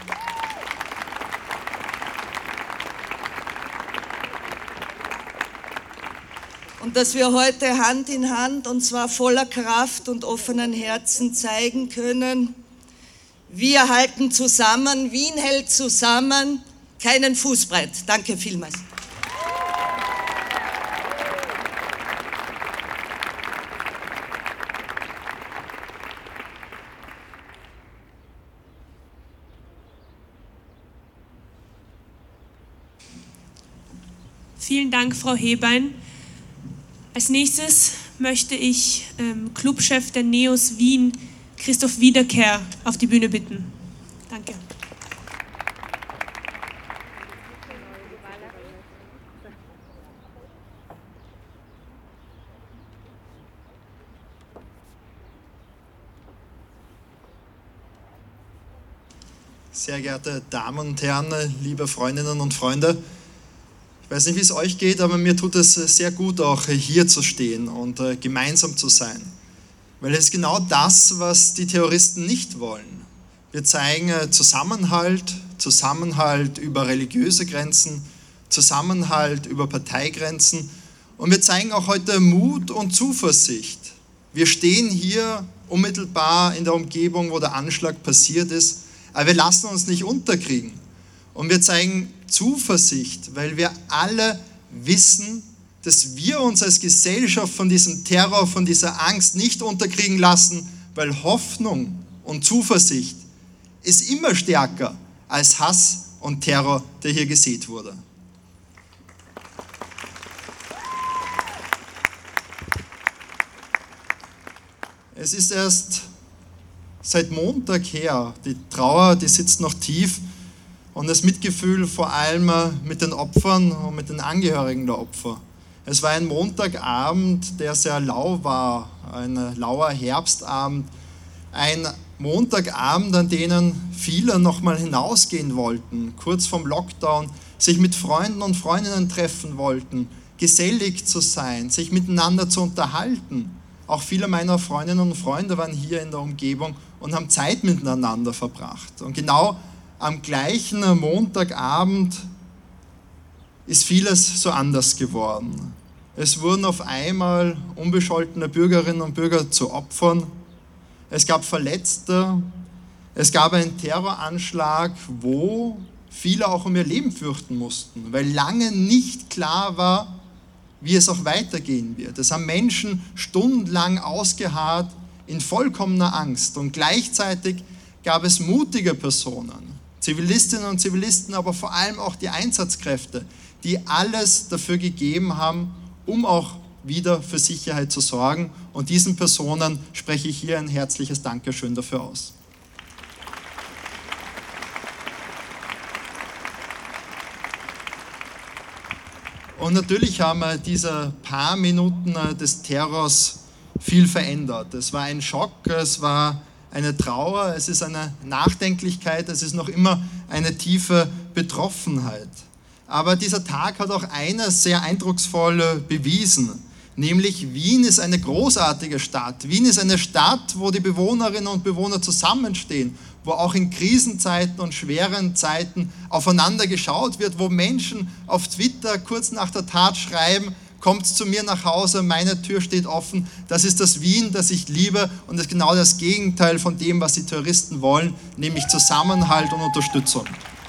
Und dass wir heute Hand in Hand und zwar voller Kraft und offenen Herzen zeigen können, wir halten zusammen, Wien hält zusammen, keinen Fußbreit. Danke vielmals. Vielen Dank, Frau Hebein. Als nächstes möchte ich Clubchef der NEOS Wien, Christoph Wiederkehr, auf die Bühne bitten. Danke. Sehr geehrte Damen und Herren, liebe Freundinnen und Freunde, ich weiß nicht, wie es euch geht, aber mir tut es sehr gut, auch hier zu stehen und gemeinsam zu sein. Weil es ist genau das, was die Terroristen nicht wollen. Wir zeigen Zusammenhalt über religiöse Grenzen, Zusammenhalt über Parteigrenzen und wir zeigen auch heute Mut und Zuversicht. Wir stehen hier unmittelbar in der Umgebung, wo der Anschlag passiert ist, aber wir lassen uns nicht unterkriegen. Und wir zeigen Zuversicht, weil wir alle wissen, dass wir uns als Gesellschaft von diesem Terror, von dieser Angst nicht unterkriegen lassen, weil Hoffnung und Zuversicht ist immer stärker als Hass und Terror, der hier gesät wurde. Es ist erst seit Montag her, die Trauer, die sitzt noch tief und das Mitgefühl vor allem mit den Opfern und mit den Angehörigen der Opfer. Es war ein Montagabend, der sehr lau war, ein lauer Herbstabend, ein Montagabend, an denen viele nochmal hinausgehen wollten, kurz vorm Lockdown, sich mit Freunden und Freundinnen treffen wollten, gesellig zu sein, sich miteinander zu unterhalten, auch viele meiner Freundinnen und Freunde waren hier in der Umgebung und haben Zeit miteinander verbracht. Und genau am gleichen Montagabend ist vieles so anders geworden. Es wurden auf einmal unbescholtene Bürgerinnen und Bürger zu Opfern. Es gab Verletzte. Es gab einen Terroranschlag, wo viele auch um ihr Leben fürchten mussten, weil lange nicht klar war, wie es auch weitergehen wird. Es haben Menschen stundenlang ausgeharrt in vollkommener Angst. Und gleichzeitig gab es mutige Personen, Zivilistinnen und Zivilisten, aber vor allem auch die Einsatzkräfte, die alles dafür gegeben haben, um auch wieder für Sicherheit zu sorgen. Und diesen Personen spreche ich hier ein herzliches Dankeschön dafür aus. Und natürlich haben diese paar Minuten des Terrors viel verändert. Es war ein Schock, es war eine Trauer, es ist eine Nachdenklichkeit, es ist noch immer eine tiefe Betroffenheit. Aber dieser Tag hat auch eines sehr eindrucksvoll bewiesen, nämlich Wien ist eine großartige Stadt. Wien ist eine Stadt, wo die Bewohnerinnen und Bewohner zusammenstehen, wo auch in Krisenzeiten und schweren Zeiten aufeinander geschaut wird, wo Menschen auf Twitter kurz nach der Tat schreiben, kommt zu mir nach Hause, meine Tür steht offen. Das ist das Wien, das ich liebe und das ist genau das Gegenteil von dem, was die Terroristen wollen, nämlich Zusammenhalt und Unterstützung.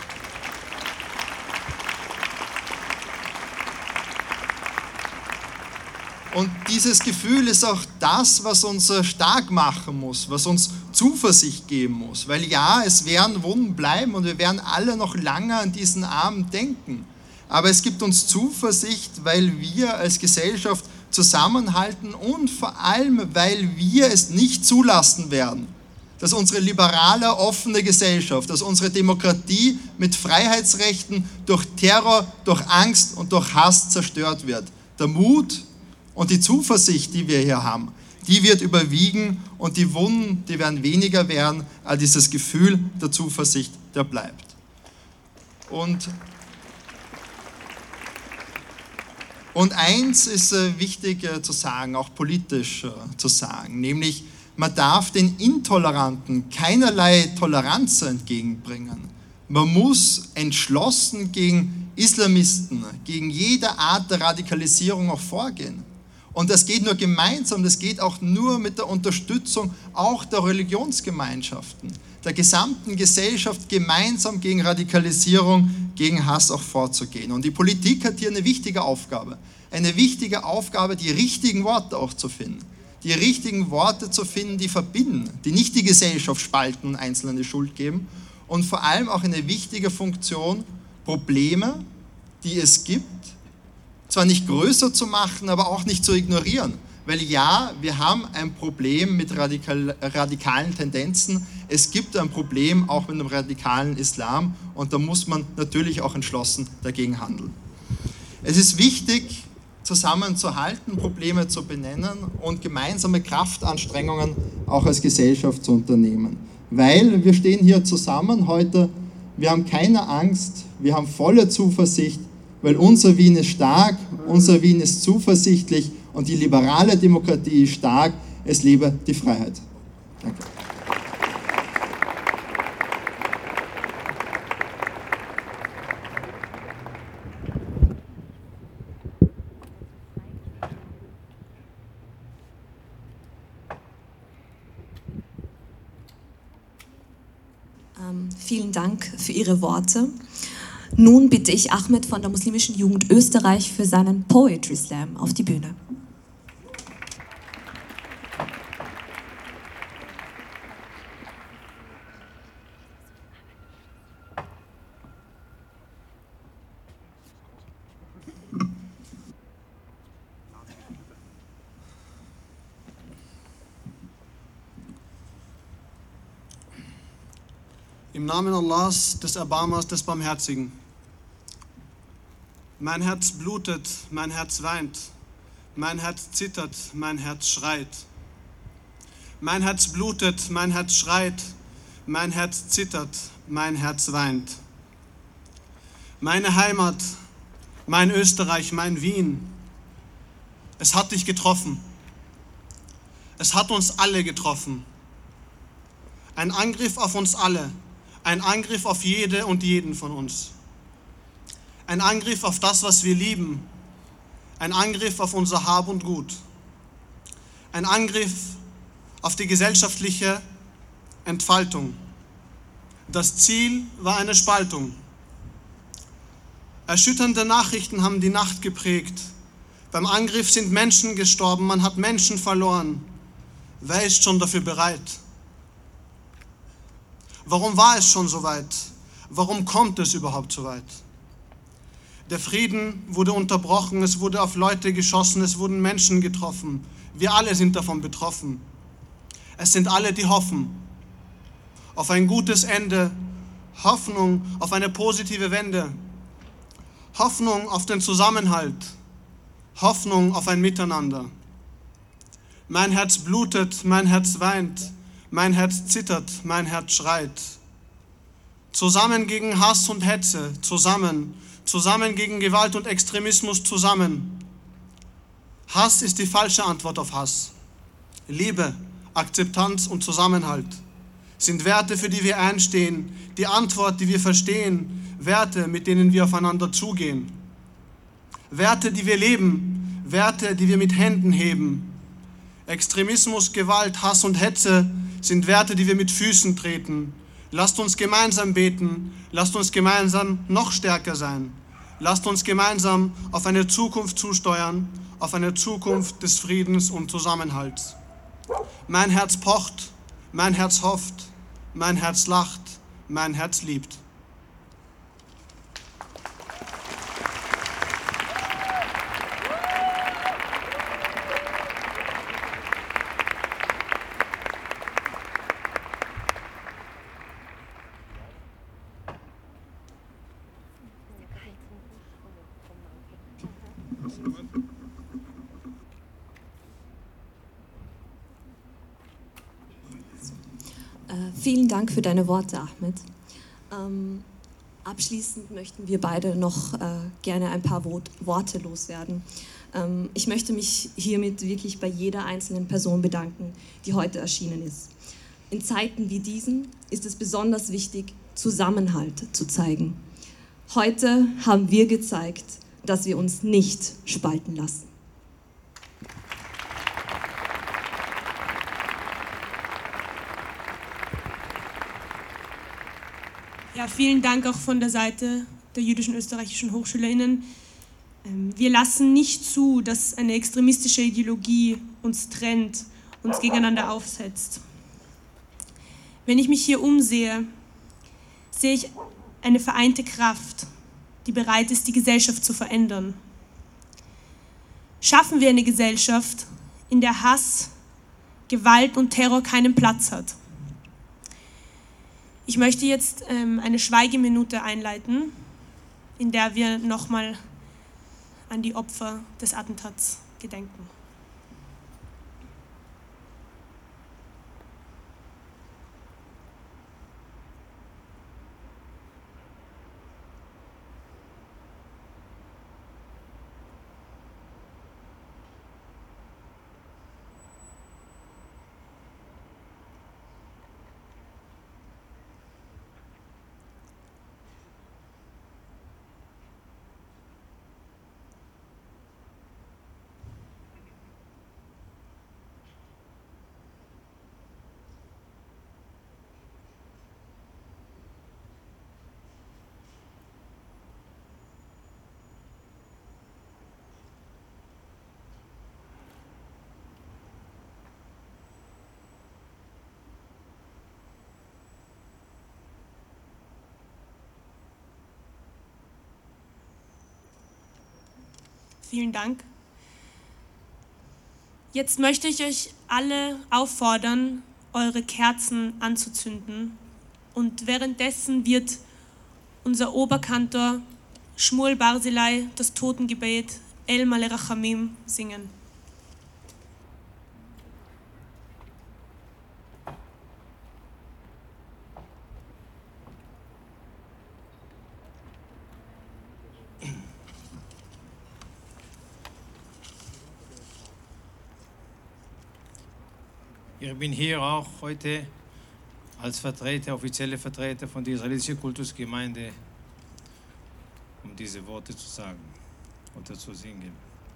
Und dieses Gefühl ist auch das, was uns stark machen muss, was uns Zuversicht geben muss. Weil ja, es werden Wunden bleiben und wir werden alle noch lange an diesen Abend denken. Aber es gibt uns Zuversicht, weil wir als Gesellschaft zusammenhalten und vor allem, weil wir es nicht zulassen werden, dass unsere liberale, offene Gesellschaft, dass unsere Demokratie mit Freiheitsrechten durch Terror, durch Angst und durch Hass zerstört wird. Der Mut und die Zuversicht, die wir hier haben, die wird überwiegen und die Wunden, die werden weniger werden, aber dieses Gefühl der Zuversicht, der bleibt. Und eins ist wichtig zu sagen, auch politisch zu sagen, nämlich man darf den Intoleranten keinerlei Toleranz entgegenbringen. Man muss entschlossen gegen Islamisten, gegen jede Art der Radikalisierung auch vorgehen. Und das geht nur gemeinsam, das geht auch nur mit der Unterstützung auch der Religionsgemeinschaften, der gesamten Gesellschaft gemeinsam gegen Radikalisierung, gegen Hass auch vorzugehen. Und die Politik hat hier eine wichtige Aufgabe, die richtigen Worte auch zu finden. Die richtigen Worte zu finden, die verbinden, die nicht die Gesellschaft spalten und Einzelnen die Schuld geben. Und vor allem auch eine wichtige Funktion, Probleme, die es gibt, zwar nicht größer zu machen, aber auch nicht zu ignorieren. Weil ja, wir haben ein Problem mit radikalen Tendenzen. Es gibt ein Problem auch mit dem radikalen Islam und da muss man natürlich auch entschlossen dagegen handeln. Es ist wichtig, zusammenzuhalten, Probleme zu benennen und gemeinsame Kraftanstrengungen auch als Gesellschaft zu unternehmen. Weil wir stehen hier zusammen heute, wir haben keine Angst, wir haben volle Zuversicht, weil unser Wien ist stark, unser Wien ist zuversichtlich und die liberale Demokratie ist stark. Es lebe die Freiheit. Danke. Vielen Dank für Ihre Worte. Nun bitte ich Ahmed von der Muslimischen Jugend Österreich für seinen Poetry Slam auf die Bühne. Im Namen Allahs, des Erbarmers, des Barmherzigen. Mein Herz blutet, mein Herz weint, mein Herz zittert, mein Herz schreit. Mein Herz blutet, mein Herz schreit, mein Herz zittert, mein Herz weint. Meine Heimat, mein Österreich, mein Wien, es hat dich getroffen. Es hat uns alle getroffen. Ein Angriff auf uns alle. Ein Angriff auf jede und jeden von uns. Ein Angriff auf das, was wir lieben. Ein Angriff auf unser Hab und Gut. Ein Angriff auf die gesellschaftliche Entfaltung. Das Ziel war eine Spaltung. Erschütternde Nachrichten haben die Nacht geprägt. Beim Angriff sind Menschen gestorben, man hat Menschen verloren. Wer ist schon dafür bereit? Warum war es schon so weit? Warum kommt es überhaupt so weit? Der Frieden wurde unterbrochen, es wurde auf Leute geschossen, es wurden Menschen getroffen. Wir alle sind davon betroffen. Es sind alle, die hoffen auf ein gutes Ende, Hoffnung auf eine positive Wende, Hoffnung auf den Zusammenhalt, Hoffnung auf ein Miteinander. Mein Herz blutet, mein Herz weint, mein Herz zittert, mein Herz schreit. Zusammen gegen Hass und Hetze, zusammen gegen Gewalt und Extremismus, zusammen. Hass ist die falsche Antwort auf Hass. Liebe, Akzeptanz und Zusammenhalt sind Werte, für die wir einstehen, die Antwort, die wir verstehen, Werte, mit denen wir aufeinander zugehen. Werte, die wir leben, Werte, die wir mit Händen heben. Extremismus, Gewalt, Hass und Hetze sind Werte, die wir mit Füßen treten. Lasst uns gemeinsam beten, lasst uns gemeinsam noch stärker sein. Lasst uns gemeinsam auf eine Zukunft zusteuern, auf eine Zukunft des Friedens und Zusammenhalts. Mein Herz pocht, mein Herz hofft, mein Herz lacht, mein Herz liebt. Vielen Dank für deine Worte, Ahmed. Abschließend möchten wir beide noch gerne ein paar Worte loswerden. Ich möchte mich hiermit wirklich bei jeder einzelnen Person bedanken, die heute erschienen ist. In Zeiten wie diesen ist es besonders wichtig, Zusammenhalt zu zeigen. Heute haben wir gezeigt, dass wir uns nicht spalten lassen. Ja, vielen Dank auch von der Seite der jüdischen österreichischen HochschülerInnen. Wir lassen nicht zu, dass eine extremistische Ideologie uns trennt, uns gegeneinander aufsetzt. Wenn ich mich hier umsehe, sehe ich eine vereinte Kraft, die bereit ist, die Gesellschaft zu verändern. Schaffen wir eine Gesellschaft, in der Hass, Gewalt und Terror keinen Platz hat. Ich möchte jetzt eine Schweigeminute einleiten, in der wir nochmal an die Opfer des Attentats gedenken. Vielen Dank. Jetzt möchte ich euch alle auffordern, eure Kerzen anzuzünden. Und währenddessen wird unser Oberkantor Shmuel Barzilai das Totengebet El Maleh Rachamim singen. Ich bin hier auch heute als Vertreter, offizielle Vertreter von der israelischen Kultusgemeinde, um diese Worte zu sagen oder zu singen.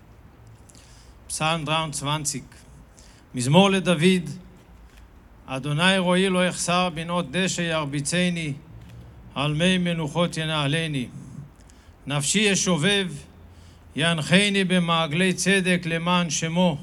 Psalm 23, מזמור לדוד, אדוני רואי לא יחסר בנות דשא ירביצני, על מי מנוחות ינהלני. נפשי ישובב, ינחני במעגלי צדק למען שמו.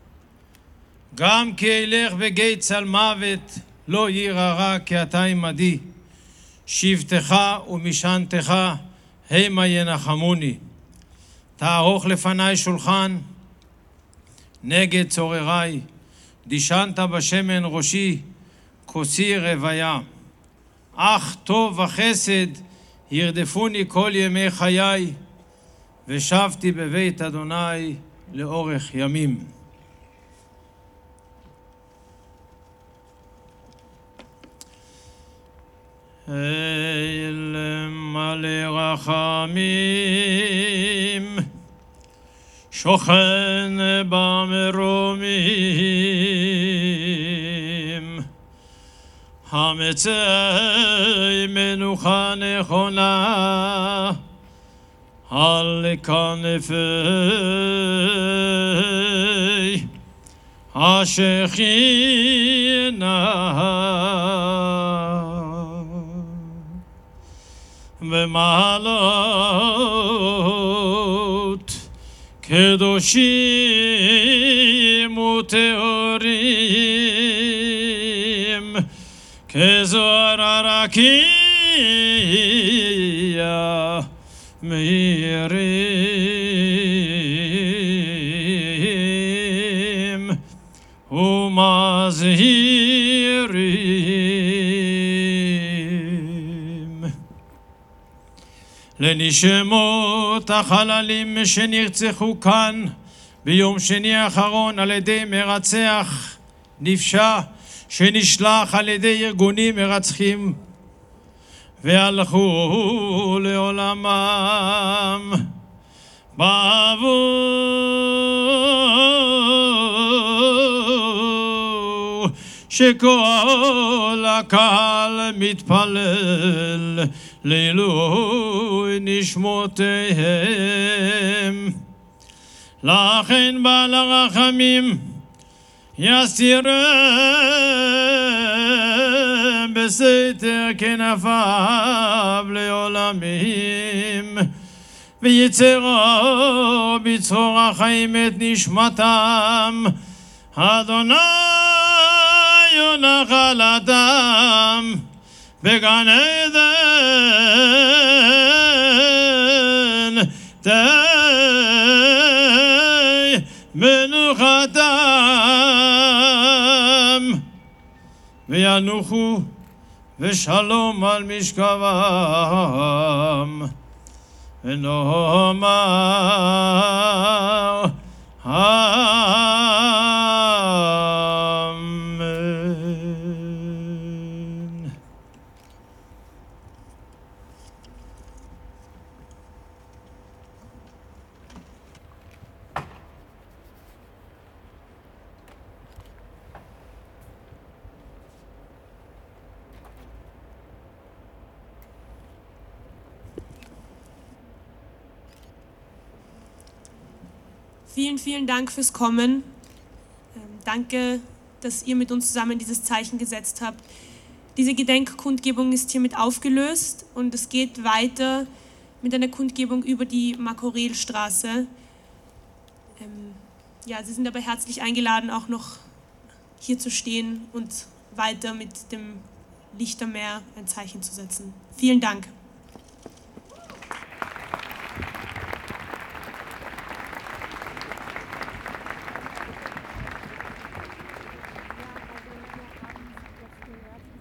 גם כי אלך בגיא צל מוות, לא יירא רע כי אתה עמדי. שבטך ומשענתך המה ינחמוני. תערוך לפני שולחן נגד צורריי. דישנת בשמן ראשי, כוסי רוויה. אך טוב וחסד ירדפוני כל ימי חיי, ושבתי בבית אדוני לאורך ימים. אל מלא רחמים, שוכן במרומים, המצא מנוחה נכונה על כנפי השכינה. במעלות קדושים וטהורים, כזוהר הרקיע מאירים ומזהירים. לנשמות החללים שנרצחו כאן ביום שני האחרון על ידי מרצח נפשע שנשלח על ידי ארגונים מרצחים והלכו לעולמם בעבור שכל הקהל מתפלל לעילוי נשמותיהם. לכן בעל הרחמים יסירם בסתר כנפיו לעולמים, ויצרו בצרור החיים את נשמתם. אדוני יונח על אדם בגן עדן תהי מנוחתם, וינוחו ושלום על משכבם, ונאמר אמן. Vielen, vielen Dank fürs Kommen. Danke, dass ihr mit uns zusammen dieses Zeichen gesetzt habt. Diese Gedenkkundgebung ist hiermit aufgelöst und es geht weiter mit einer Kundgebung über die Mark-Aurel-Straße. Ja, Sie sind aber herzlich eingeladen, auch noch hier zu stehen und weiter mit dem Lichtermeer ein Zeichen zu setzen. Vielen Dank.